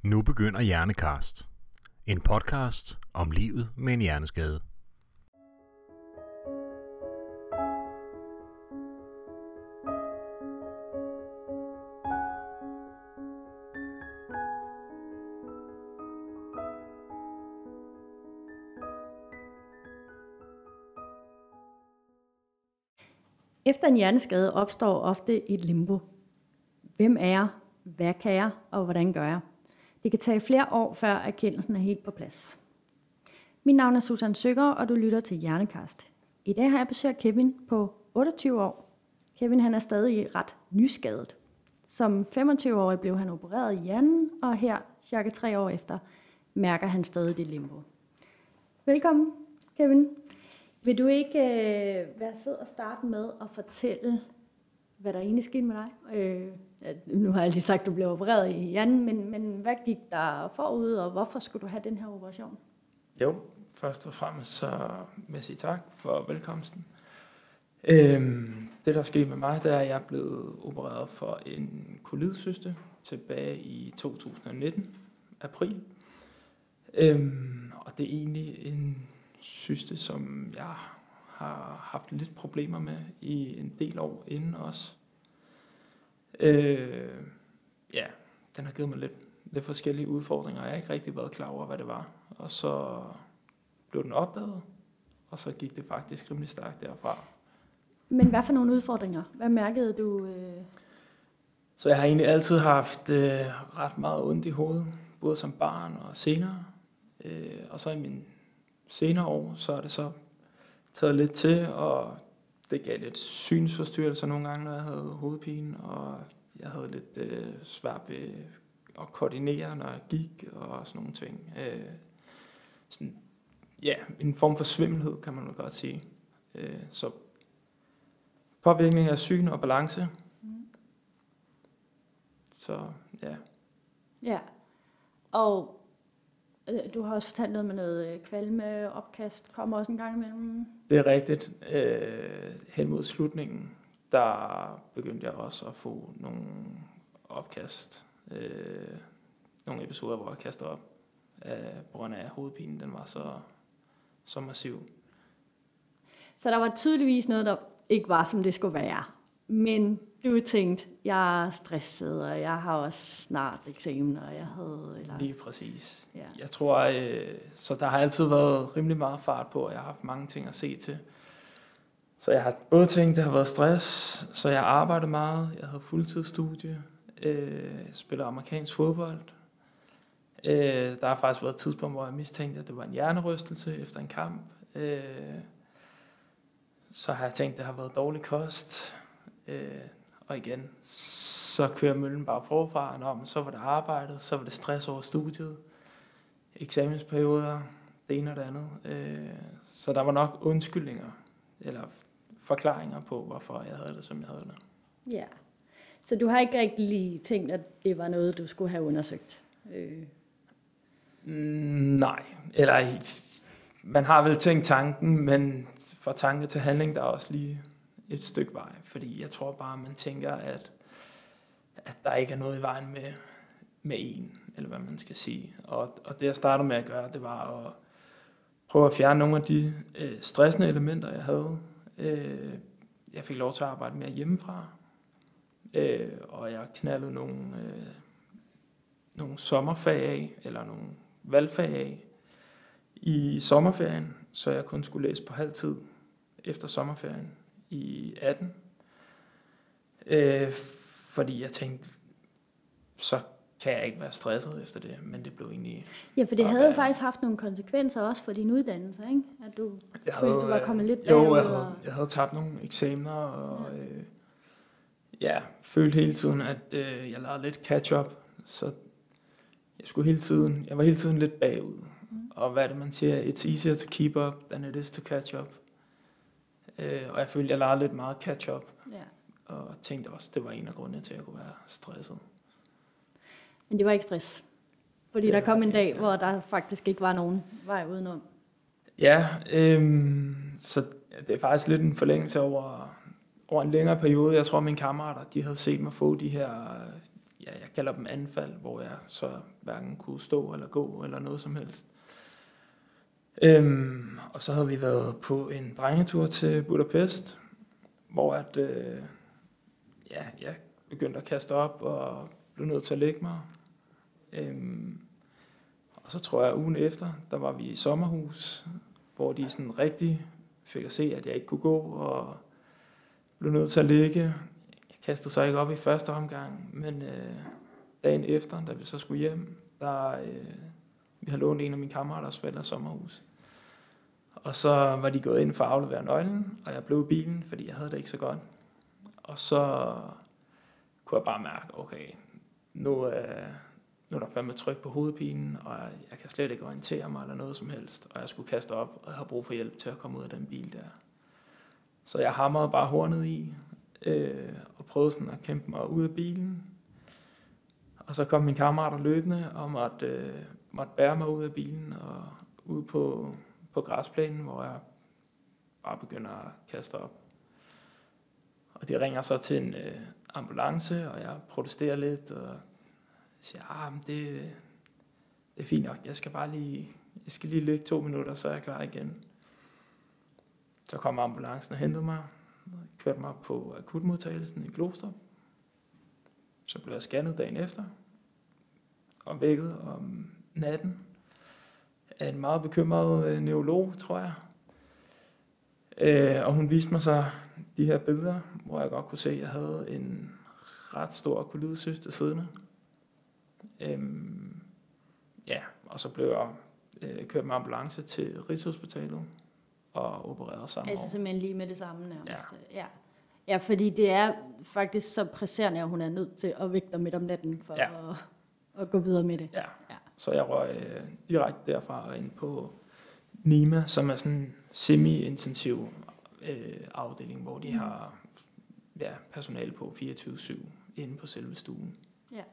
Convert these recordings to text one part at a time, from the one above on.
Nu begynder Hjernekast. En podcast om livet med en hjerneskade. Efter en hjerneskade opstår ofte et limbo. Hvem er jeg? Hvad kan jeg? Og hvordan gør jeg? Det kan tage flere år, før erkendelsen er helt på plads. Mit navn er Susanne Søger, og du lytter til Hjernekast. I dag har jeg besøgt Kevin på 28 år. Kevin han er stadig ret nyskadet. Som 25-årig blev han opereret i hjernen, og her, cirka 3 år efter, mærker han stadig det limbo. Velkommen, Kevin. Vil du ikke være sød og starte med at fortælle, hvad der egentlig skete med dig? Nu har jeg lige sagt, at du blev opereret i hjernen, men hvad gik der forud, og hvorfor skulle du have den her operation? Jo, først og fremmest så vil jeg sige tak for velkomsten. Det, der skete med mig, det er, at jeg blev opereret for en kolidsyste tilbage i 2019, april. Og det er egentlig en syste, som jeg har haft lidt problemer med i en del år inden også. Den har givet mig lidt forskellige udfordringer, og jeg har ikke rigtig været klar over, hvad det var. Og så blev den opdaget, og så gik det faktisk rimelig stærkt derfra. Men hvad for nogle udfordringer? Hvad mærkede du? Så jeg har egentlig altid haft ret meget ondt i hovedet, både som barn og senere. Og så i mine senere år, så er det så taget lidt til, og det gav lidt synsforstyrrelser nogle gange, når jeg havde hovedpine, og jeg havde lidt svært ved at koordinere, når jeg gik, og sådan nogle ting. En form for svimmelhed, kan man jo godt sige. Så påvirkning af syn og balance. Så ja. Ja, og du har også fortalt noget med noget kvalme, opkast, kommer også en gang imellem. Det er rigtigt. Hen mod slutningen, der begyndte jeg også at få nogle opkast. Nogle episoder, hvor jeg kastede op på grund af hovedpinen. Den var så massiv. Så der var tydeligvis noget, der ikke var, som det skulle være. Men du tænkte, jeg er stresset, og jeg har også snart eksamen, og jeg havde... Eller... Lige præcis. Ja. Jeg tror, så der har altid været rimelig meget fart på, og jeg har haft mange ting at se til. Så jeg har både tænkt, det har været stress, så jeg arbejdede meget, jeg havde fuldtidsstudie, spillede amerikansk fodbold. Der har faktisk været et tidspunkt, hvor jeg mistænkte, at det var en hjernerystelse efter en kamp. Så har jeg tænkt, at det har været dårlig kost. Og igen, så kører møllen bare forfra, så var det arbejdet, så var det stress over studiet, eksamensperioder, det ene og det andet. Så der var nok undskyldninger, eller forklaringer på, hvorfor jeg havde det, som jeg havde det. Ja, så du har ikke rigtig tænkt, at det var noget, du skulle have undersøgt? Nej, eller man har vel tænkt tanken, men fra tanke til handling, der er også lige et stykke vej, fordi jeg tror bare, man tænker, at der ikke er noget i vejen med en, eller hvad man skal sige. Og det, jeg startede med at gøre, det var at prøve at fjerne nogle af de stressende elementer, jeg havde. Jeg fik lov til at arbejde mere hjemmefra, og jeg knaldede nogle sommerfag af, eller nogle valgfag af i sommerferien, så jeg kun skulle læse på halvtid efter sommerferien i 18. Fordi jeg tænkte, så kan jeg ikke være stresset efter det, men det blev egentlig... Ja, for det havde jo faktisk haft nogle konsekvenser også for din uddannelse, ikke? At du følte, du var kommet lidt bagud. Jo, jeg havde tabt nogle eksamener, og følte hele tiden, at jeg lavede lidt catch-up, så jeg var hele tiden lidt bagud. Og hvad er det, man siger? It's easier to keep up than it is to catch up. Og jeg følte, jeg lavede lidt meget catch-up. Ja. Og tænkte også, det var en af grundene til, at jeg kunne være stresset. Men det var ikke stress? Fordi der kom en dag, hvor der faktisk ikke var nogen vej udenom? Ja, så det er faktisk lidt en forlængelse over en længere periode. Jeg tror, mine kammerater, de havde set mig få de her jeg kalder dem anfald, hvor jeg så hverken kunne stå eller gå eller noget som helst. Og så havde vi været på en drengetur til Budapest, hvor jeg begyndte at kaste op og blev nødt til at lægge mig. Og så tror jeg, ugen efter, der var vi i sommerhus, hvor de sådan rigtig fik at se, at jeg ikke kunne gå, og blev nødt til at ligge. Jeg kastede så ikke op i første omgang, men dagen efter, da vi så skulle hjem, vi havde lånt en af mine kammeraters forældres sommerhus. Og så var de gået ind for at aflevere nøglen, og jeg blev i bilen, fordi jeg havde det ikke så godt. Og så kunne jeg bare mærke, okay, nu er der fandme tryk på hovedpinen, og jeg kan slet ikke orientere mig eller noget som helst. Og jeg skulle kaste op, og jeg har brug for hjælp til at komme ud af den bil der. Så jeg hamrede bare hornet i, og prøvede sådan at kæmpe mig ud af bilen. Og så kom min kammerater løbende og måtte bære mig ud af bilen og ud på græsplænen, hvor jeg bare begynder at kaste op. Og de ringer så til en ambulance, og jeg protesterer lidt og siger, det er fint nok, jeg skal lige ligge 2 minutter, så er jeg klar igen. Så kom ambulancen og hentede mig, kørte mig på akutmodtagelsen i Glostrup. Så blev jeg scannet dagen efter, og vækket om natten af en meget bekymret neurolog, tror jeg. Og hun viste mig så de her billeder, hvor jeg godt kunne se, at jeg havde en ret stor kollidecyste siddende. Og så blev jeg kørt med ambulance til Rigshospitalet og opereret samme år. Altså simpelthen lige med det samme nærmest. Ja, fordi det er faktisk så presserende, at hun er nødt til at vække dig midt om natten for at gå videre med det. Ja. Så jeg røg direkte derfra og ind på NIMA, som er sådan en semi-intensiv afdeling, hvor de har personale på 24/7 inde på selve stuen. Ja.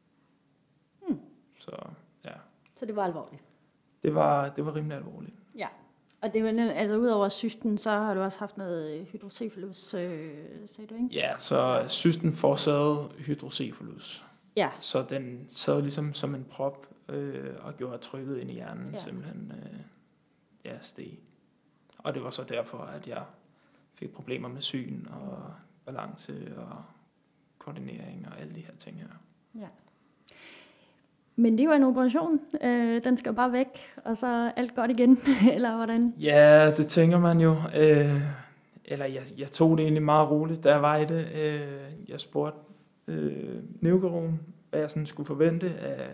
Så det var alvorligt? Det var rimelig alvorligt. Ja. Og det var altså udover cysten, så har du også haft noget hydrocephalus, sagde du, ikke? Ja, så cysten forårsagede hydrocephalus. Ja. Så den sad ligesom som en prop og gjorde trykket ind i hjernen simpelthen steg. Og det var så derfor, at jeg fik problemer med syn og balance og koordinering og alle de her ting her. Ja. Men det var en operation. Den skal bare væk, og så alt godt igen, eller hvordan? Ja, det tænker man jo. Jeg tog det egentlig meget roligt, da jeg var i det. Jeg spurgte neurokirurgen, hvad jeg sådan skulle forvente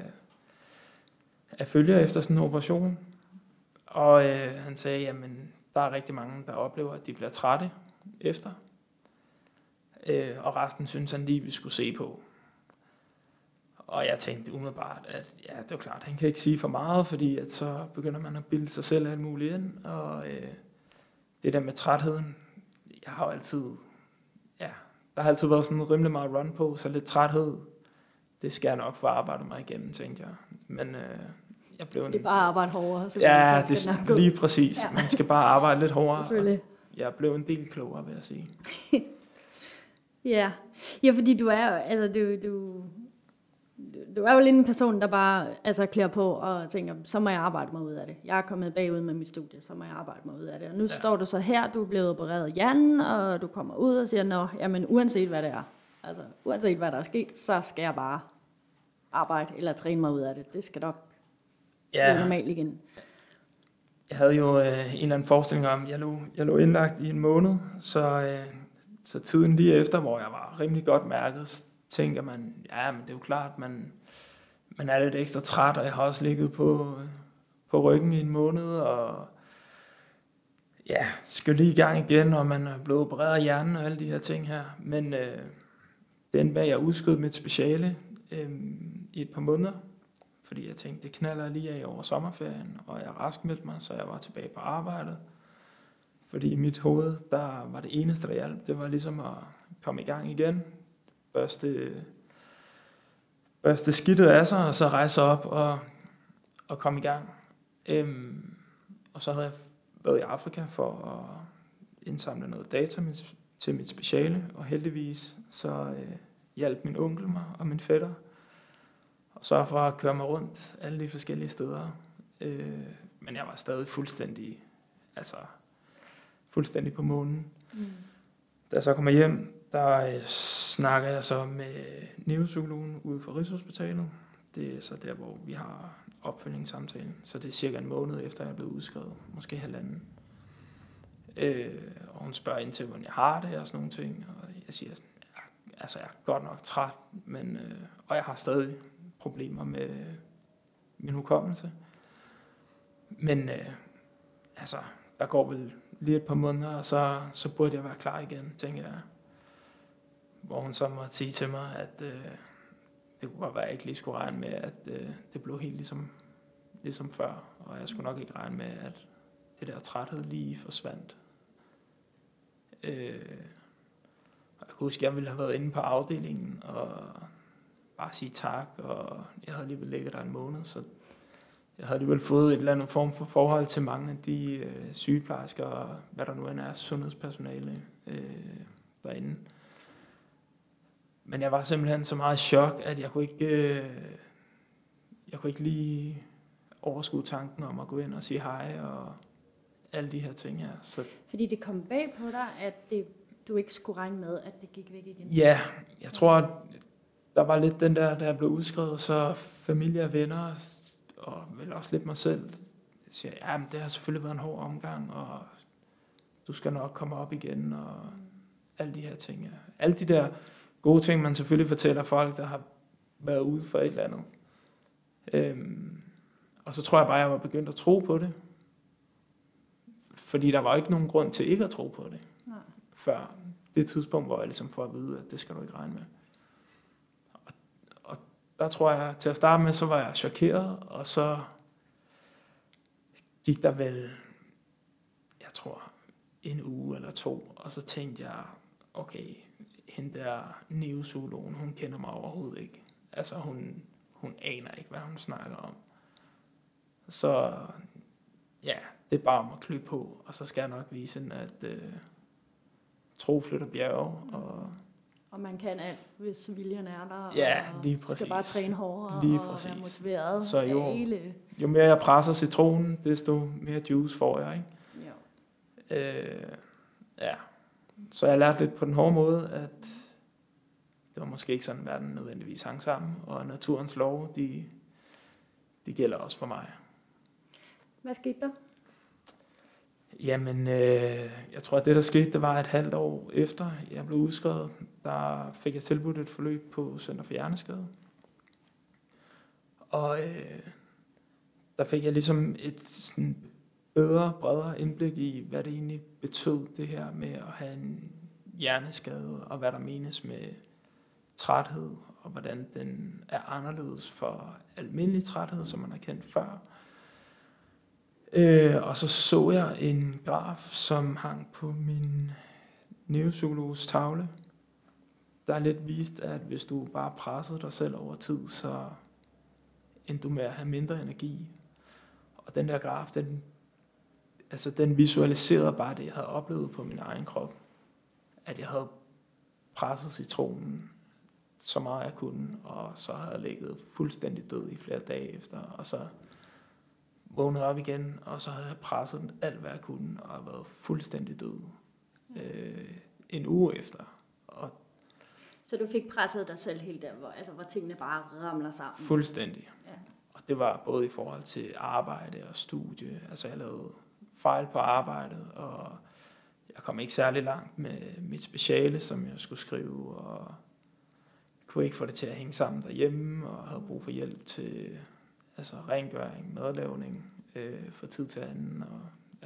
af følger efter sådan en operation. Og han sagde, jamen, der er rigtig mange, der oplever, at de bliver trætte efter. Og resten synes han lige, vi skulle se på. Og jeg tænkte umiddelbart, at det var klart, han kan ikke sige for meget, fordi at så begynder man at bilde sig selv alt muligt ind. Og det der med trætheden, jeg har jo altid, der har altid været sådan rimelig meget run på, så lidt træthed, det skal jeg nok få arbejdet mig igennem, tænkte jeg. Men jeg blev det er bare at arbejde hårdere. Så det er lige præcis. Ja. Man skal bare arbejde lidt hårdere. Jeg blev en del klogere, vil jeg sige. Ja, fordi du er du er jo lidt en person, der bare klæder på og tænker, så må jeg arbejde mig ud af det. Jeg er kommet bagud med mit studie, så må jeg arbejde mig ud af det. Og nu står du så her, du er blevet opereret i hjernen, og du kommer ud og siger, jamen uanset hvad det er, uanset hvad der er sket, så skal jeg bare arbejde eller træne mig ud af det. Det skal nok blive normalt igen. Jeg havde jo en eller anden forestilling om, jeg lå indlagt i en måned, så tiden lige efter, hvor jeg var rimelig godt mærket, tænker man, men det er jo klart, man er lidt ekstra træt, og jeg har også ligget på ryggen i en måned, og skal lige i gang igen, og man er blevet opereret af hjernen og alle de her ting her. Men det endte med, at jeg udskød mit speciale i et par måneder, fordi jeg tænkte, det knalder lige af over sommerferien, og jeg raskmeldte mig, så jeg var tilbage på arbejdet. Fordi i mit hoved, der var det eneste, der hjalp, det var ligesom at komme i gang igen, børste skidtet af sig, og så rejse op og komme i gang. Og så havde jeg været i Afrika for at indsamle noget data til mit speciale, og heldigvis så hjalp min onkel mig og min fætter og sørge for at køre mig rundt alle de forskellige steder. Men jeg var stadig fuldstændig på månen. Da jeg så kommer hjem, der snakker jeg så med neuropsykologen ude for Rigshospitalet. Det er så der, hvor vi har opfølgningssamtalen. Så det er cirka en måned efter, jeg er blevet udskrevet. Måske halvanden. Og hun spørger ind til, hvordan jeg har det og sådan nogle ting. Og jeg siger sådan, jeg er godt nok træt, og jeg har stadig problemer med min hukommelse. Men der går vel lige et par måneder, og så burde jeg være klar igen, tænker jeg. Hvor hun så måtte sige til mig, at det kunne godt være, at jeg ikke lige skulle regne med, at det blev helt ligesom før. Og jeg skulle nok ikke regne med, at det der træthed lige forsvandt. Jeg kan huske, at jeg ville have været inde på afdelingen og bare sige tak, og jeg havde alligevel ligget der en måned, så jeg havde alligevel fået et eller andet form for forhold til mange af de sygeplejersker og hvad der nu end er sundhedspersonale derinde. Men jeg var simpelthen så meget i chok, at jeg kunne ikke lige overskue tanken om at gå ind og sige hej og alle de her ting her. Så fordi det kom bag på dig, at du ikke skulle regne med, at det gik væk igen? Ja, jeg tror, at der var lidt den der jeg blev udskrevet, så familie og venner, og vel også lidt mig selv, siger, ja, men det har selvfølgelig været en hård omgang, og du skal nok komme op igen, og alle de her ting. Ja. Alle de der gode ting, man selvfølgelig fortæller folk, der har været ude for et eller andet. Og så tror jeg bare, jeg var begyndt at tro på det. Fordi der var ikke nogen grund til ikke at tro på det. Nej. Før det tidspunkt, hvor jeg ligesom får at vide, at det skal du ikke regne med. Og der tror jeg, til at starte med, så var jeg chokeret, og så gik der vel, jeg tror, en uge eller 2, og så tænkte jeg, okay, hende der neuropsykologen, hun kender mig overhovedet ikke. Altså, hun aner ikke, hvad hun snakker om. Så ja, det er bare om at klø på, og så skal jeg nok vise hende, at tro flytter bjerge. Og man kan alt, hvis viljen er der. Ja, lige præcis. Skal bare træne hårdere lige og præcis. være motiveret. Så jo mere jeg presser citronen, desto mere juice får jeg, ikke? Jo. Ja. Så jeg lærte lidt på den hårde måde, at det var måske ikke sådan, verden nødvendigvis hang sammen, og naturens love, de gælder også for mig. Hvad skete der? Jamen, jeg tror, at det der skete, det var et halvt år efter, jeg blev udskrevet. Der fik jeg tilbudt et forløb på Center for Hjerneskade. Og der fik jeg ligesom et sådan bedre, bredere indblik i, hvad det egentlig betød, det her med at have en hjerneskade, og hvad der menes med træthed, og hvordan den er anderledes for almindelig træthed, som man har kendt før. Og så jeg en graf, som hang på min neuropsykologs tavle, der lidt vist, at hvis du bare pressede dig selv over tid, så endte du med at have mindre energi. Og den der graf, den visualiserede bare det, jeg havde oplevet på min egen krop. At jeg havde presset citronen så meget jeg kunne, og så havde jeg ligget fuldstændig død i flere dage efter, og så vågnede op igen, og så havde jeg presset alt, hvad jeg kunne, og været fuldstændig død en uge efter. Så du fik presset dig selv helt der, hvor tingene bare ramler sammen? Fuldstændig. Ja. Og det var både i forhold til arbejde og studie. Altså jeg lavede fejl på arbejdet, og jeg kom ikke særlig langt med mit speciale, som jeg skulle skrive, og kunne ikke få det til at hænge sammen derhjemme, og havde brug for hjælp til rengøring, madlavning fra tid til anden, og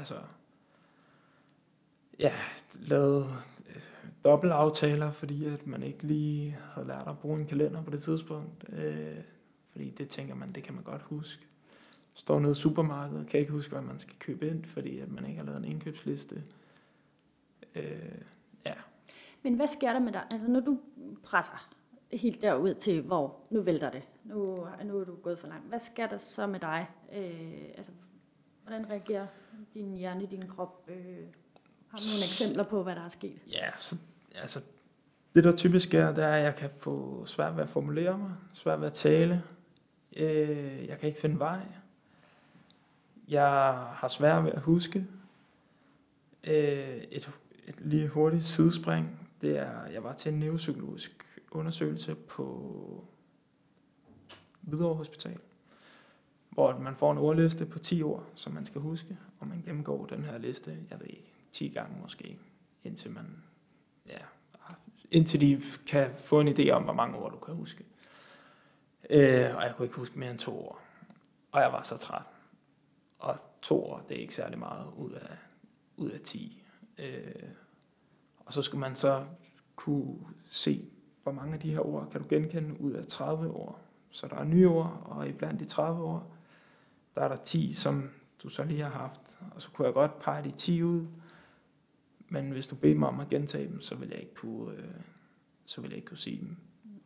lavede dobbeltaftaler, fordi at man ikke lige havde lært at bruge en kalender på det tidspunkt, fordi det tænker man, det kan man godt huske. Står nede i supermarkedet, kan ikke huske, hvad man skal købe ind, fordi at man ikke har lavet en indkøbsliste. Men hvad sker der med dig, når du presser helt derud til, hvor nu vælter det, nu er du gået for langt. Hvad sker der så med dig? Hvordan reagerer din hjerne, din krop? Har du nogle eksempler på, hvad der er sket? Ja, så det der typisk sker, det er, at jeg kan få svært ved at formulere mig, svært ved at tale. Jeg kan ikke finde vej. Jeg har svært ved at huske. Et lige hurtigt sidespring, det er, jeg var til en neuropsykologisk undersøgelse på Hvidovre Hospital, hvor man får en ordliste på 10 ord, som man skal huske, og man gennemgår den her liste, jeg ved ikke, 10 gange måske, indtil de kan få en idé om, hvor mange ord du kan huske. Og jeg kunne ikke huske mere end 2 ord, og jeg var så træt. Og 2 ord, det er ikke særlig meget ud af 10. Og så skulle man så kunne se, hvor mange af de her ord kan du genkende ud af 30 ord. Så der er nye ord, og iblandt de 30 ord, der er der 10, som du så lige har haft. Og så kunne jeg godt pege de 10 ud, men hvis du beder mig om at gentage dem, så vil jeg ikke kunne sige dem.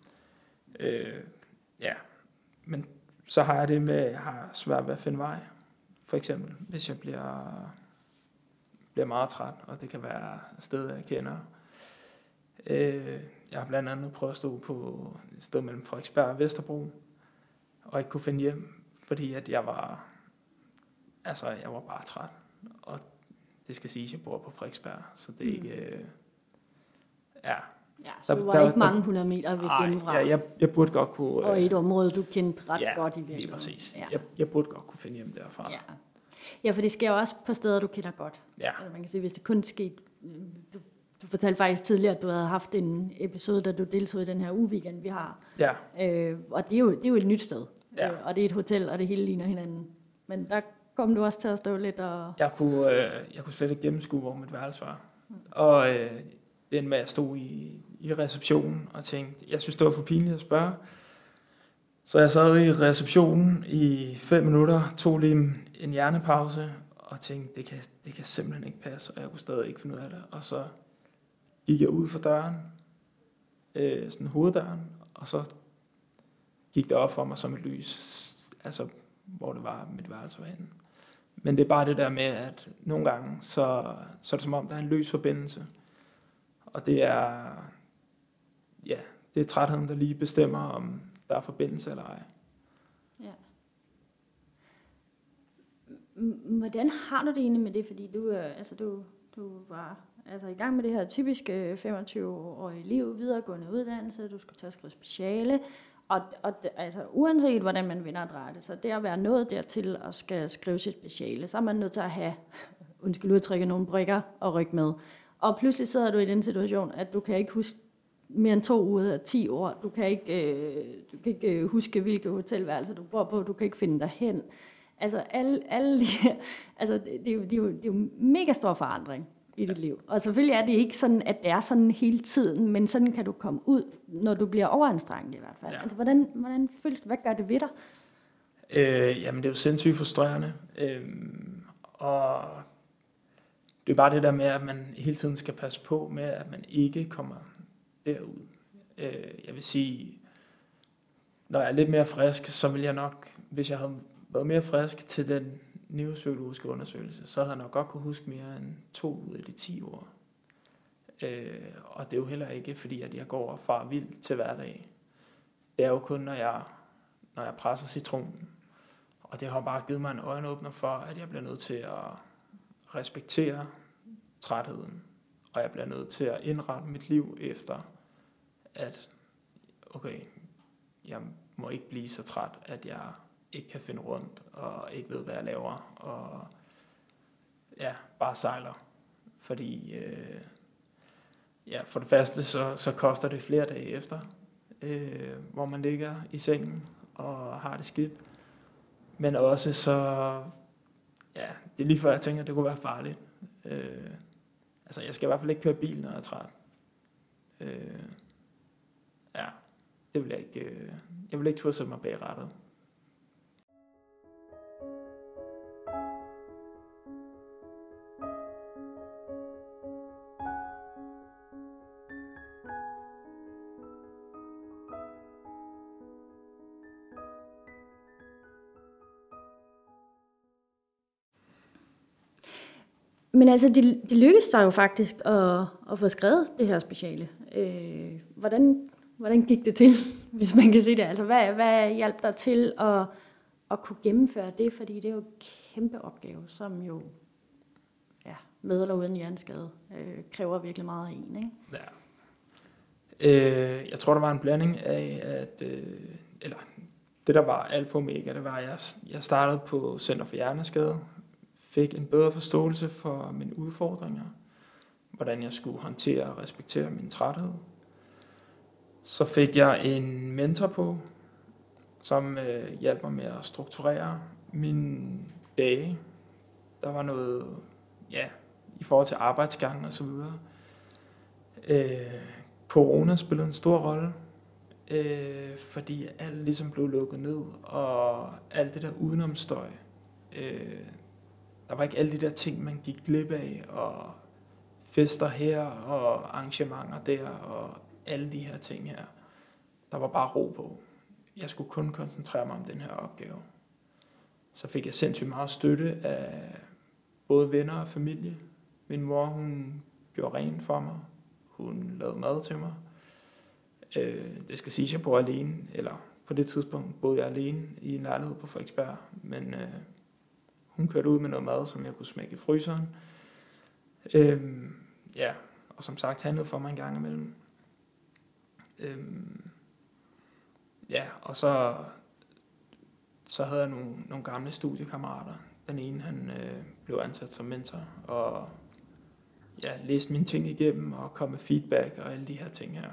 Men så har jeg det med, at jeg har svært ved at finde vej. For eksempel, hvis jeg bliver meget træt, og det kan være steder, jeg kender. Jeg har blandt andet prøvet at stå på et sted mellem Frederiksberg og Vesterbro, og ikke kunne finde hjem, fordi at jeg var bare træt. Og det skal siges, at jeg bor på Frederiksberg, så det er ikke... Ja, så du var ikke mange 100 meter ved gennemfra. Jeg burde godt kunne... Og et område, du kendte ret godt i virkeligheden. Ja, præcis. Ja. Jeg burde godt kunne finde hjem derfra. Ja, for det sker jo også på steder, du kender godt. Ja. Altså, man kan sige, hvis det kun skete... Du fortalte faktisk tidligere, at du havde haft en episode, da du deltog i den her ugeweekend, vi har. Ja. Og det er jo et nyt sted. Ja. Og det er et hotel, og det hele ligner hinanden. Men der kom du også til at stå lidt og... Jeg kunne slet ikke gennemskue, hvor mit værelse var. Og det endte med, at jeg stod i receptionen og tænkte, jeg synes, det var for pinligt at spørge. Så jeg sad i receptionen i 5 minutter, tog lige en hjernepause og tænkte, det kan simpelthen ikke passe, og jeg kunne stadig ikke finde ud af det. Og så gik jeg ud for døren, sådan hoveddøren, og så gik det op for mig som et lys, altså hvor det var, mit værelse var henne. Men det er bare det der med, at nogle gange, så er det som om, der er en løs forbindelse. Og det er trætheden, der lige bestemmer, om der er forbindelse eller ej. Ja. Hvordan har du det egentlig med det? Fordi du var i gang med det her typiske 25-årige liv, videregående uddannelse, du skulle tage at skrive speciale, og uanset hvordan man vinder og drejer det, så det at være nået dertil og skal skrive sit speciale, så er man nødt til at have, undskyld udtrykket, nogle brikker og rykke med. Og pludselig sidder du i den situation, at du kan ikke huske mere end 2 ud af 10 år. Du kan ikke huske, hvilke hotelværelser du bor på. Du kan ikke finde dig hen. Altså, alle de her, det er jo mega stor forandring i dit liv. Og selvfølgelig er det ikke sådan, at det er sådan hele tiden, men sådan kan du komme ud, når du bliver overanstrengt i hvert fald. Ja. Altså, hvordan føles det? Hvad gør det ved dig? Jamen, det er jo sindssygt frustrerende. Og det er bare det der med, at man hele tiden skal passe på med, at man ikke kommer derud. Jeg vil sige, når jeg er lidt mere frisk, så vil jeg nok, hvis jeg havde været mere frisk til den neuropsykologiske undersøgelse, så havde jeg nok godt kunne huske mere end 2 ud af de 10 år. Og det er jo heller ikke, fordi at jeg går og farer vildt til hverdag. Det er jo kun, når jeg presser citronen. Og det har bare givet mig en øjenåbner for, at jeg bliver nødt til at respektere trætheden. Og jeg bliver nødt til at indrette mit liv efter, at okay, jeg må ikke blive så træt, at jeg ikke kan finde rundt, og ikke ved, hvad jeg laver, og bare sejler. Fordi for det første, så koster det flere dage efter, hvor man ligger i sengen og har det skidt. Men også så, det er lige før jeg tænker, at det kunne være farligt. Jeg skal i hvert fald ikke køre bil, når jeg er træt. Det vil jeg ikke. Jeg vil ikke turde sætte mig bag rattet. Men altså, det lykkedes dig jo faktisk at få skrevet det her speciale. Hvordan gik det til, hvis man kan sige det? Altså, hvad hjalp dig til at kunne gennemføre det? Fordi det er jo en kæmpe opgave, som jo med eller uden hjerneskade kræver virkelig meget af en, ikke? Ja. Jeg tror, der var en blanding af, at eller det, der var alfa og omega, det var, at jeg startede på Center for Hjerneskade, fik en bedre forståelse for mine udfordringer, hvordan jeg skulle håndtere og respektere min træthed. Så fik jeg en mentor på, som hjalp mig med at strukturere mine dage. Der var noget, i forhold til arbejdsgang og så videre. Corona spillede en stor rolle, fordi alt ligesom blev lukket ned, og alt det der udenomstøj. Der var ikke alle de der ting, man gik glip af, og fester her, og arrangementer der, og alle de her ting her. Der var bare ro på. Jeg skulle kun koncentrere mig om den her opgave. Så fik jeg sindssygt meget støtte af både venner og familie. Min mor, hun gjorde rent for mig. Hun lavede mad til mig. Det skal siges, jeg bor alene, eller på det tidspunkt boede jeg alene i en lejlighed på Frederiksberg, men hun kørte ud med noget mad, som jeg kunne smække i fryseren. Og som sagt handlede for mig en gang imellem. Og så havde jeg nogle gamle studiekammerater. Den ene, han blev ansat som mentor, og læste mine ting igennem, og kom med feedback og alle de her ting her.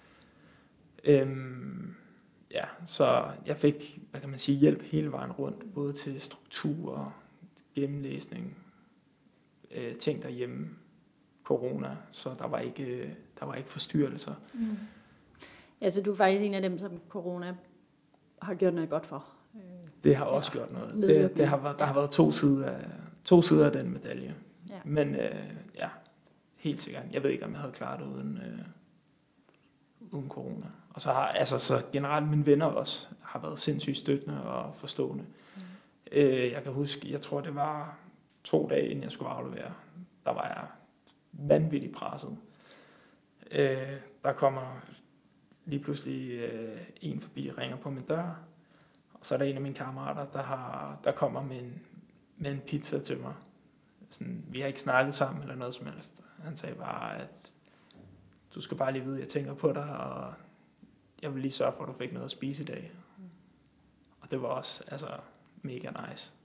Så jeg fik, hjælp hele vejen rundt, både til struktur, gennemlæsning, ting derhjemme, corona, så der var ikke forstyrrelser. Mm. Så du er faktisk en af dem, som corona har gjort noget godt for. Det har også gjort noget. Der har været to sider af den medalje. Ja. Men helt sikkert. Jeg ved ikke, om jeg havde klaret det uden corona. Og så har så generelt mine venner også har været sindssygt støttende og forstående. Mm. Jeg kan huske, jeg tror det var 2 dage inden jeg skulle aflevere, der var jeg vanvittigt presset. Der kommer lige pludselig en forbi og ringer på min dør, og så er der en af mine kammerater, der kommer med en pizza til mig. Sådan, vi har ikke snakket sammen eller noget som helst. Han sagde bare, at du skal bare lige vide, at jeg tænker på dig, og jeg vil lige sørge for, at du fik noget at spise i dag. Og det var også mega nice.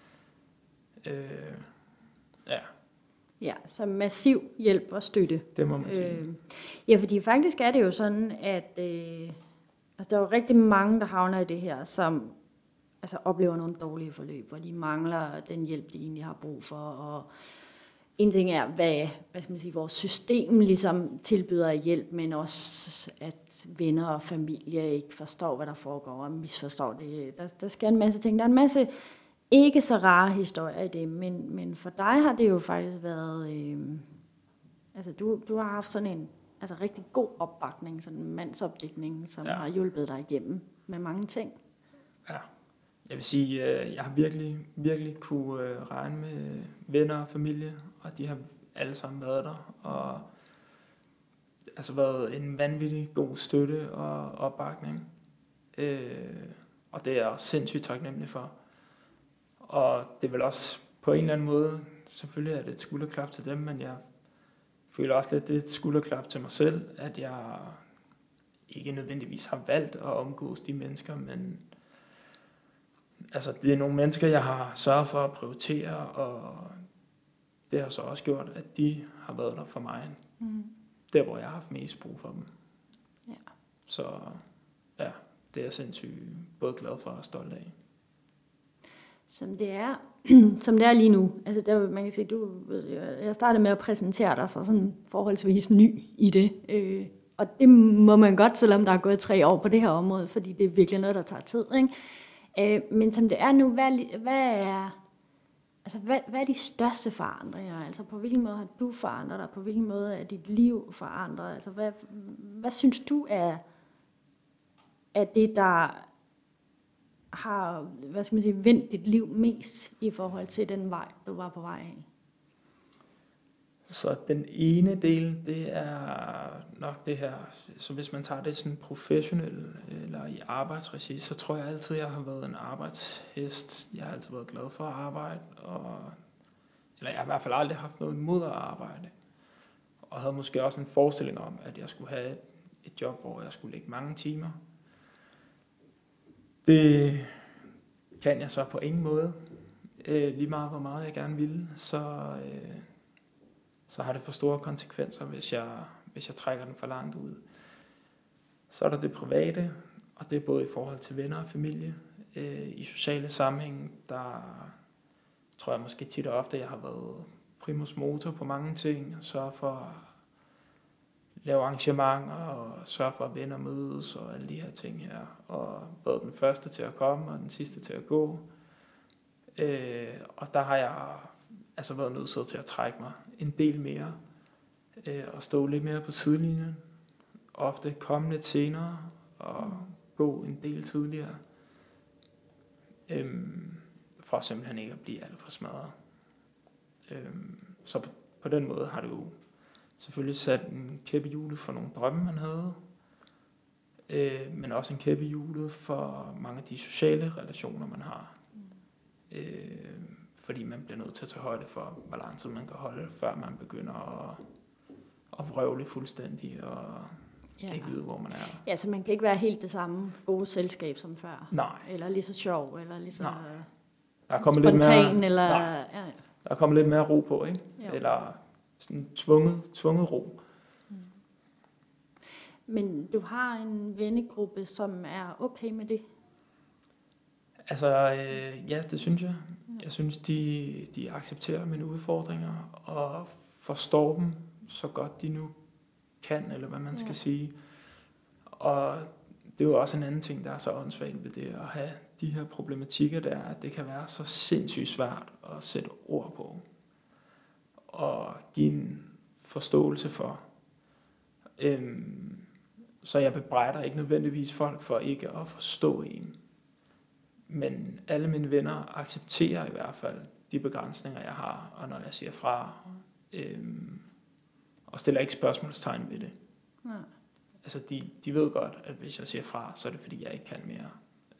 Ja, så massiv hjælp og støtte. Det må man sige. Fordi faktisk er det jo sådan, at der er jo rigtig mange, der havner i det her, som oplever nogle dårlige forløb, hvor de mangler den hjælp, de egentlig har brug for. Og en ting er, hvad skal man sige, vores system ligesom tilbyder hjælp, men også at venner og familie ikke forstår, hvad der foregår, og misforstår det. Der sker en masse ting. Der er en masse ikke så rare historier i det, men for dig har det jo faktisk været, du har haft sådan en rigtig god opbakning, sådan en mandsopdækning, som har hjulpet dig igennem med mange ting. Ja, jeg vil sige, jeg har virkelig, virkelig kunne regne med venner og familie, og de har alle sammen været der, og været en vanvittig god støtte og opbakning, og det er jeg også sindssygt taknemmelig for. Og det er vel også på en eller anden måde, selvfølgelig er det et skulderklap til dem, men jeg føler også lidt, det er et skulderklap til mig selv, at jeg ikke nødvendigvis har valgt at omgås de mennesker, men det er nogle mennesker, jeg har sørget for at prioritere, og det har så også gjort, at de har været der for mig, der hvor jeg har haft mest brug for dem. Ja. Så det er jeg sindssygt både glad for og stolt af. Som det er lige nu. Man kan sige, jeg startede med at præsentere dig så sådan forholdsvis ny i det. Og det må man godt, selvom der er gået 3 år på det her område, fordi det er virkelig noget, der tager tid. Ikke? Men som det er nu, hvad er de største forandringer? På hvilken måde har du forandret dig? På hvilken måde er dit liv forandret? Hvad synes du er det, der har, vendt dit liv mest i forhold til den vej, du var på vej af? Så den ene del, det er nok det her, så hvis man tager det sådan professionelt eller i arbejdsregi, så tror jeg altid, jeg har været en arbejdshest. Jeg har altid været glad for at arbejde, eller jeg har i hvert fald aldrig haft noget imod at arbejde. Og havde måske også en forestilling om, at jeg skulle have et job, hvor jeg skulle lægge mange timer. Det kan jeg så på ingen måde. Lige meget, hvor meget jeg gerne ville, så har det for store konsekvenser, hvis jeg trækker den for langt ud. Så er der det private, og det er både i forhold til venner og familie. I sociale sammenhæng, der tror jeg måske tit og ofte, jeg har været primus motor på mange ting, sørge for at lave arrangementer, og sørge for at venner mødes, og alle de her ting her. Og både den første til at komme, og den sidste til at gå. Og der har jeg altså været nødt til at trække mig en del mere, og stå lidt mere på sidelinjen. Ofte komme lidt senere, og gå en del tidligere. For simpelthen ikke at blive alt for smadret. Så på den måde har det jo selvfølgelig sat en kæppe i hjulet for nogle drømme, man havde, men også en kæppe i hjulet for mange af de sociale relationer, man har. Fordi man bliver nødt til at tage højde for, hvor lang tid man kan holde, før man begynder at vrøvle fuldstændig og ikke vide, hvor man er. Ja, så man kan ikke være helt det samme gode selskab som før. Nej. Eller lige så sjov, eller lige så der er kommet spontan, lidt mere, eller... Ja. Der er kommet lidt mere ro på, ikke? Jo. Eller sådan tvunget ro. Men du har en vennegruppe, som er okay med det? Altså, ja, det synes jeg. Jeg synes, de accepterer mine udfordringer og forstår dem så godt de nu kan, eller hvad man skal sige. Og det er jo også en anden ting, der er så åndssvagt ved det, at have de her problematikker der, at det kan være så sindssygt svært at sætte ord på. Og give en forståelse for. Så jeg bebrejder ikke nødvendigvis folk for ikke at forstå en. Men alle mine venner accepterer i hvert fald de begrænsninger, jeg har, og når jeg siger fra, og stiller ikke spørgsmålstegn ved det. Nej. Altså, de ved godt, at hvis jeg siger fra, så er det fordi, jeg ikke kan mere.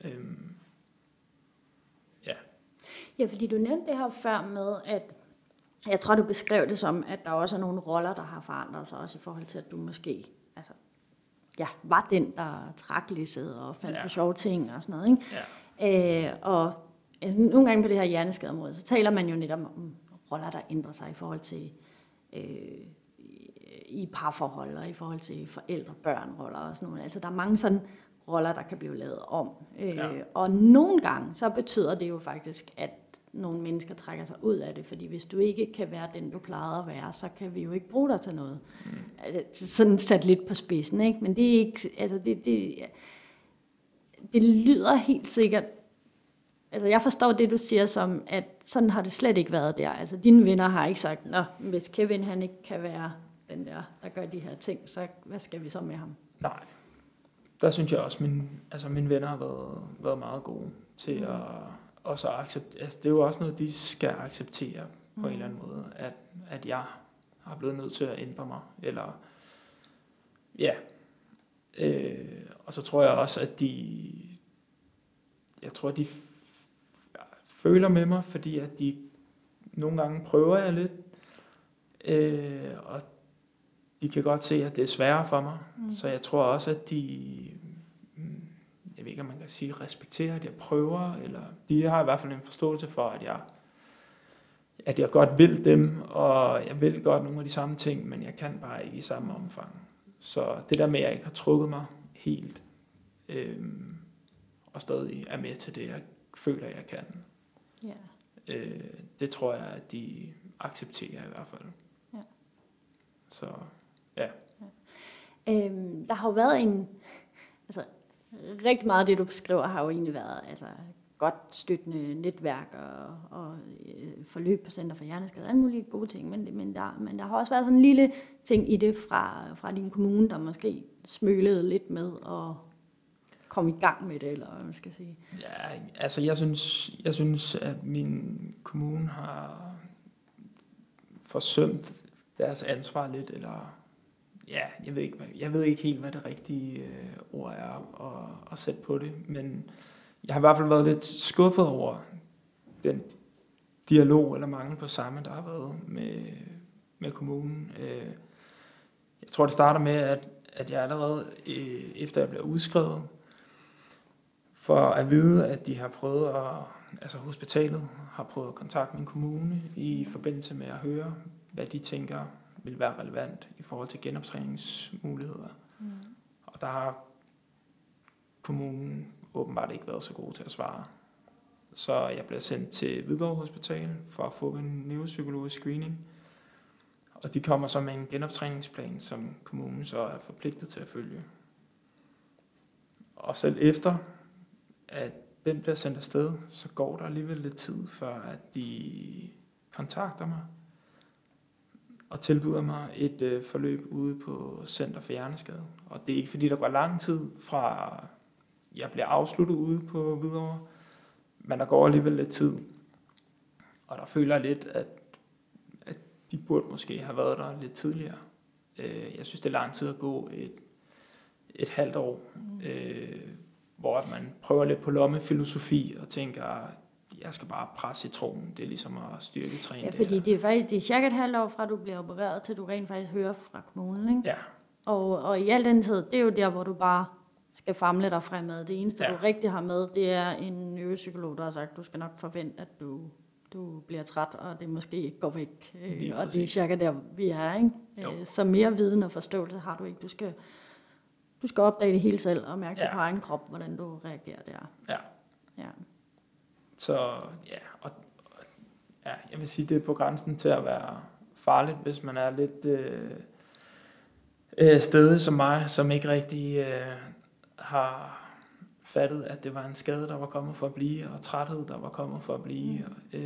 Ja. Ja, fordi du nævnte det her før med, at jeg tror, du beskrev det som, at der også er nogle roller, der har forandret sig, også i forhold til, at du måske var den, der trak lisset og fandt på sjove ting og sådan noget, ikke? Ja. Og altså, nogle gange på det her hjerneskadeområde, så taler man jo netop om roller, der ændrer sig i forhold til i parforhold og i forhold til forældre-børn-roller og sådan noget. Altså der er mange sådan roller, der kan blive lavet om. Og nogle gange, så betyder det jo faktisk, at nogle mennesker trækker sig ud af det, fordi hvis du ikke kan være den, du plejede at være, så kan vi jo ikke bruge dig til noget. Altså, sådan sat lidt på spidsen, ikke? Men det er ikke, altså det lyder helt sikkert, altså jeg forstår det, du siger som, at sådan har det slet ikke været der. Altså dine venner har ikke sagt, nå, hvis Kevin han ikke kan være den der gør de her ting, så hvad skal vi så med ham? Nej. Der synes jeg også, mine venner har været meget gode til at også acceptere. Altså, det er jo også noget, de skal acceptere på en eller anden måde, at jeg har blevet nødt til at ændre mig. Eller, ja. Og så tror jeg også, at de føler med mig, fordi at de nogle gange prøver jeg lidt, og de kan godt se, at det er sværere for mig. Så jeg tror også, at jeg ved ikke, om man kan sige, respekterer, at jeg prøver, eller de har i hvert fald en forståelse for, at jeg godt vil dem, og jeg vil godt nogle af de samme ting, men jeg kan bare ikke i samme omfang. Så det der med, at jeg ikke har trukket mig helt, og stadig er med til det, jeg føler, jeg kan. Yeah. Det tror jeg, at de accepterer i hvert fald. Yeah. Så, ja. Der har jo været rigtig meget af det, du beskriver, har jo egentlig været godt støttende netværk og forløb på Center for Hjerneskade, alle mulige gode ting, men der har også været sådan en lille ting i det fra din kommune, der måske smølede lidt med at komme i gang med det, eller hvad man skal sige. Ja, altså jeg synes, at min kommune har forsømt deres ansvar lidt, eller ja, jeg ved ikke helt, hvad det rigtige ord er at sætte på det, men jeg har i hvert fald været lidt skuffet over den dialog, eller mangel på samme, der har været med kommunen. Jeg tror, det starter med, at jeg allerede, efter jeg blev udskrevet, for at vide, at de har prøvet altså hospitalet har prøvet at kontakte min kommune i forbindelse med at høre, hvad de tænker vil være relevant i forhold til genoptræningsmuligheder. Og der har kommunen åbenbart ikke været så god til at svare. Så jeg blev sendt til Hvidovre Hospital for at få en neuropsykologisk screening. Og de kommer så med en genoptræningsplan, som kommunen så er forpligtet til at følge. Og selv efter, at den bliver sendt afsted, så går der alligevel lidt tid, før at de kontakter mig og tilbyder mig et forløb ude på Center for Hjerneskade. Og det er ikke fordi, der går lang tid fra, jeg bliver afsluttet ude på Hvidovre, men der går alligevel lidt tid. Og der føler jeg lidt, at de burde måske have været der lidt tidligere. Jeg synes, det er lang tid at gå et halvt år, hvor man prøver lidt på lommefilosofi og tænker, jeg skal bare presse citronen. Det er ligesom at styrketræne. Ja, fordi det er cirka et halvt år fra, du bliver opereret, til du rent faktisk hører fra kommunen, ikke? Ja. Og i al den tid, det er jo der, hvor du bare skal famle dig fremad. Det eneste, du rigtig har med, det er en neuropsykolog, der har sagt, du skal nok forvente, at du bliver træt, og det måske ikke går væk. Og det er cirka der, vi er, ikke? Så mere viden og forståelse har du ikke. Du skal opdage det hele selv, og mærke på egen krop, hvordan du reagerer der. Ja. Så jeg vil sige, det er på grænsen til at være farligt, hvis man er lidt stedig som mig, som ikke rigtig har fattet, at det var en skade, der var kommet for at blive, og træthed, der var kommet for at blive,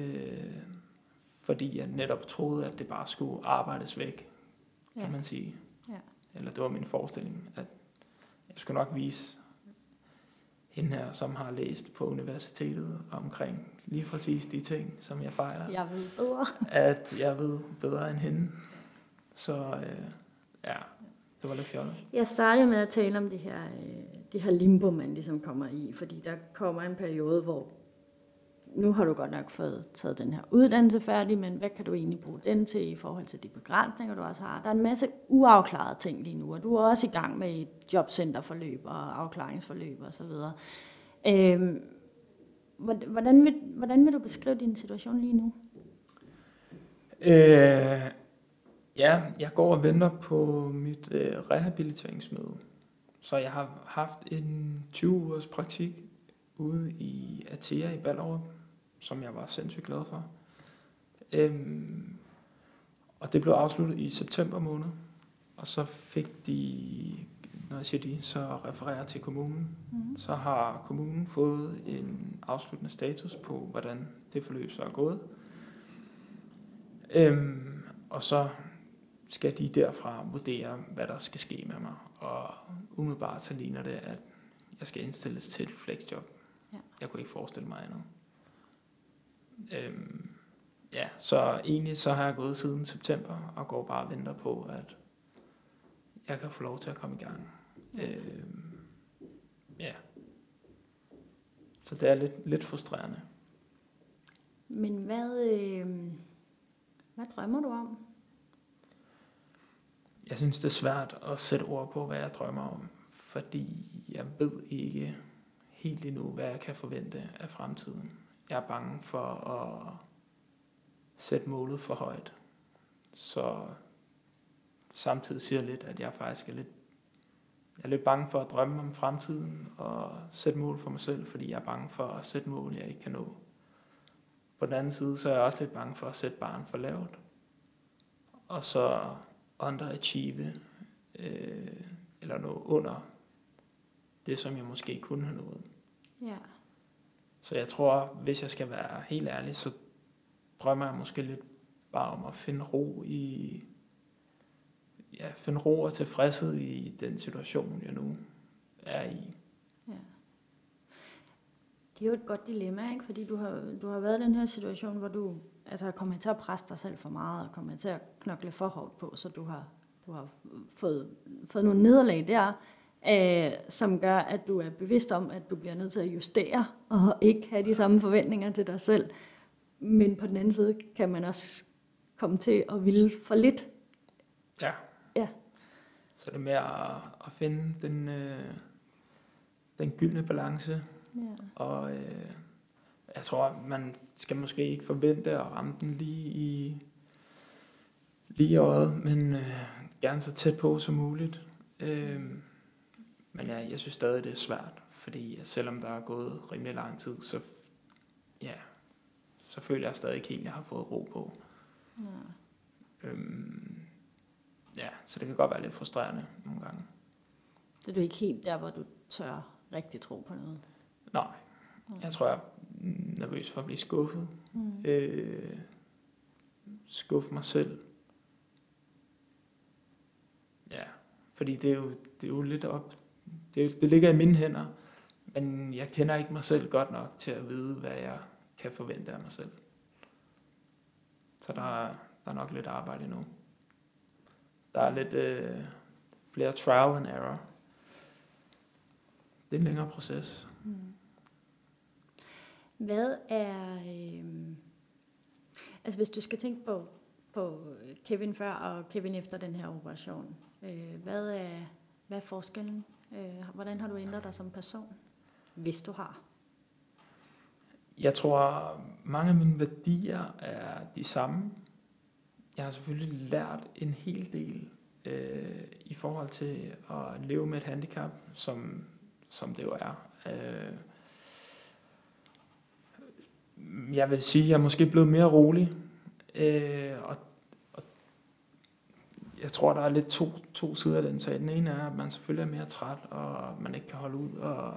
fordi jeg netop troede, at det bare skulle arbejdes væk, kan man sige. Ja. Eller det var min forestilling, at jeg skulle nok vise hende her, som har læst på universitetet omkring lige præcis de ting, som jeg fejler. Jeg ved bedre. At jeg ved bedre end hende. Så det var lidt fjollet. Jeg startede med at tale om det her limbo, man ligesom kommer i, fordi der kommer en periode, hvor nu har du godt nok fået taget den her uddannelse færdig, men hvad kan du egentlig bruge den til i forhold til de begrænsninger, du også har? Der er en masse uafklarede ting lige nu, og du er også i gang med et jobcenterforløb og afklaringsforløb osv. Hvordan vil du beskrive din situation lige nu? Jeg går og venter på mit rehabiliteringsmøde. Så jeg har haft en 20 ugers praktik ude i Atea i Ballerup, som jeg var sindssygt glad for. Og det blev afsluttet i september måned. Og så fik de, når jeg siger de, så refererer til kommunen. Så har kommunen fået en afsluttende status på, hvordan det forløb så er gået. Og så skal de derfra vurdere, hvad der skal ske med mig. Og umiddelbart så ligner det, at jeg skal indstilles til et flexjob. Ja. Jeg kunne ikke forestille mig andet. Så egentlig så har jeg gået siden september, og går bare og venter på, at jeg kan få lov til at komme i gang. Så det er lidt frustrerende. Men hvad drømmer du om? Jeg synes, det er svært at sætte ord på, hvad jeg drømmer om, fordi jeg ved ikke helt endnu, hvad jeg kan forvente af fremtiden. Jeg er bange for at sætte målet for højt. Så samtidig siger jeg lidt, at jeg faktisk er lidt bange for at drømme om fremtiden og sætte mål for mig selv, fordi jeg er bange for at sætte mål, jeg ikke kan nå. På den anden side, så er jeg også lidt bange for at sætte barren for lavt. Og så underachieve, eller nå under det, som jeg måske kunne have nået. Ja. Så jeg tror, hvis jeg skal være helt ærlig, så drømmer jeg måske lidt bare om at finde ro og tilfredshed i den situation, jeg nu er i. Ja. Det er jo et godt dilemma, ikke? Fordi du har været i den her situation, hvor du er kommet til at presse dig selv for meget, og kommet til at knokle for hårdt på, så du har fået nogle nederlag der, som gør, at du er bevidst om, at du bliver nødt til at justere, og ikke have de samme forventninger til dig selv. Men på den anden side kan man også komme til at ville for lidt. Ja. Så det er med at finde den gyldne balance. Ja. Og jeg tror, man skal måske ikke forvente at ramme den lige i øjet, men gerne så tæt på som muligt. Men jeg synes stadig, det er svært, fordi selvom der er gået rimelig lang tid, så føler jeg stadig ikke helt, at jeg har fået ro på. Så det kan godt være lidt frustrerende nogle gange. Så du er ikke helt der, hvor du tør rigtig tro på noget? Nej. Jeg tror, jeg er nervøs for at blive skuffet. Skuffe mig selv. Ja, fordi det er jo lidt op. Det ligger i mine hænder, men jeg kender ikke mig selv godt nok til at vide, hvad jeg kan forvente af mig selv. Så der er nok lidt arbejde endnu. Der er lidt flere trial and error. Det er en længere proces. Hvad er... hvis du skal tænke på Kevin før og Kevin efter den her operation, hvad er forskellen? Hvordan har du ændret dig som person, hvis du har? Jeg tror, mange af mine værdier er de samme. Jeg har selvfølgelig lært en hel del i forhold til at leve med et handicap, som det jo er. Jeg vil sige, at jeg er måske blevet mere rolig. Og jeg tror, der er lidt to sider af den sag. Den ene er, at man selvfølgelig er mere træt, og man ikke kan holde ud og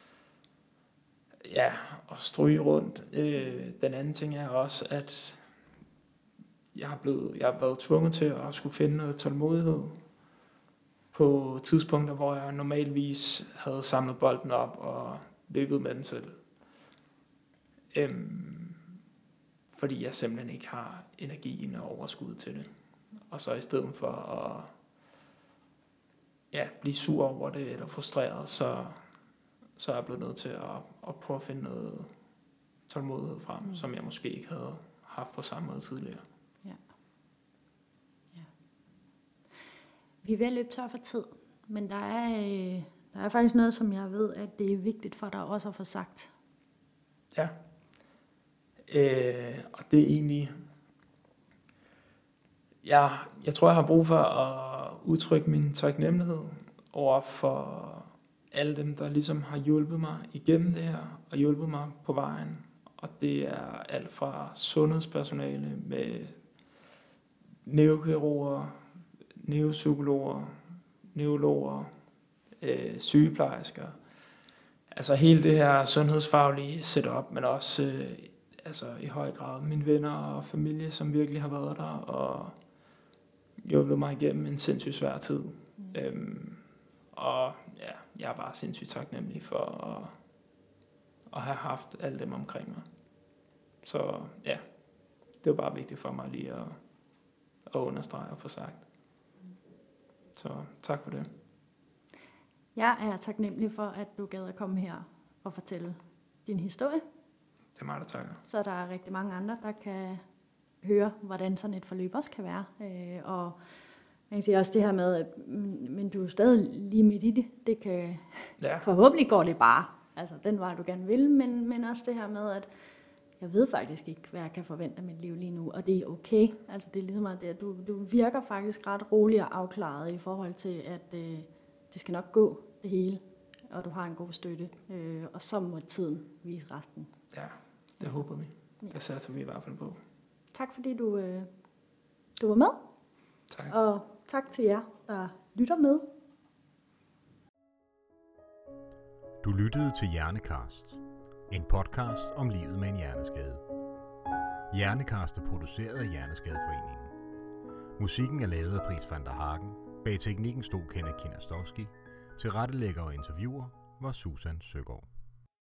stryge rundt. Den anden ting er også, at jeg har været tvunget til at skulle finde noget tålmodighed på tidspunkter, hvor jeg normalvis havde samlet bolden op og løbet med den selv. Fordi jeg simpelthen ikke har energien og overskud til det. Og så i stedet for at blive sur over det eller frustreret, så er jeg blevet nødt til at prøve at finde noget tålmodighed frem, som jeg måske ikke havde haft på samme måde tidligere. Ja. Vi er ved at løbe tør for tid, men der er faktisk noget, som jeg ved, at det er vigtigt for dig også at få sagt. Ja. Og det er egentlig... Jeg tror, jeg har brug for at udtrykke min taknemmelighed over for alle dem, der ligesom har hjulpet mig igennem det her, og hjulpet mig på vejen. Og det er alt fra sundhedspersonale med neurokirurger, neuropsykologer, neurologer, sygeplejersker. Altså hele det her sundhedsfaglige setup, men også i høj grad mine venner og familie, som virkelig har været der og hjulpet mig igennem en sindssygt svær tid. Jeg er bare sindssygt taknemmelig for at have haft alle dem omkring mig. Så ja, det var bare vigtigt for mig lige at understrege og få sagt. Så tak for det. Jeg er taknemmelig for, at du gad at komme her og fortælle din historie. Det er mig, der takker. Så der er rigtig mange andre, der kan høre, hvordan sådan et forløb også kan være. Og jeg kan sige også det her med, men du er stadig lige midt i det. Det kan forhåbentlig går det bare. Altså den vej, du gerne vil, men også det her med, at jeg ved faktisk ikke, hvad jeg kan forvente af mit liv lige nu, og det er okay. Altså det er ligesom at du virker faktisk ret rolig og afklaret i forhold til, at det skal nok gå det hele, og du har en god støtte, og så må tiden vise resten. Ja, det håber vi. Det satser vi i hvert fald på. Tak fordi du var med. Tak. Og tak til jer, der lytter med. Du lyttede til Hjernekast, en podcast om livet med en hjerneskade. Hjernekast er produceret af Hjerneskadeforeningen. Musikken er lavet af Dries van der Hagen. Bag teknikken stod Kenneth Kinastowski. Tilrettelægger og interviewer var Susan Søgaard.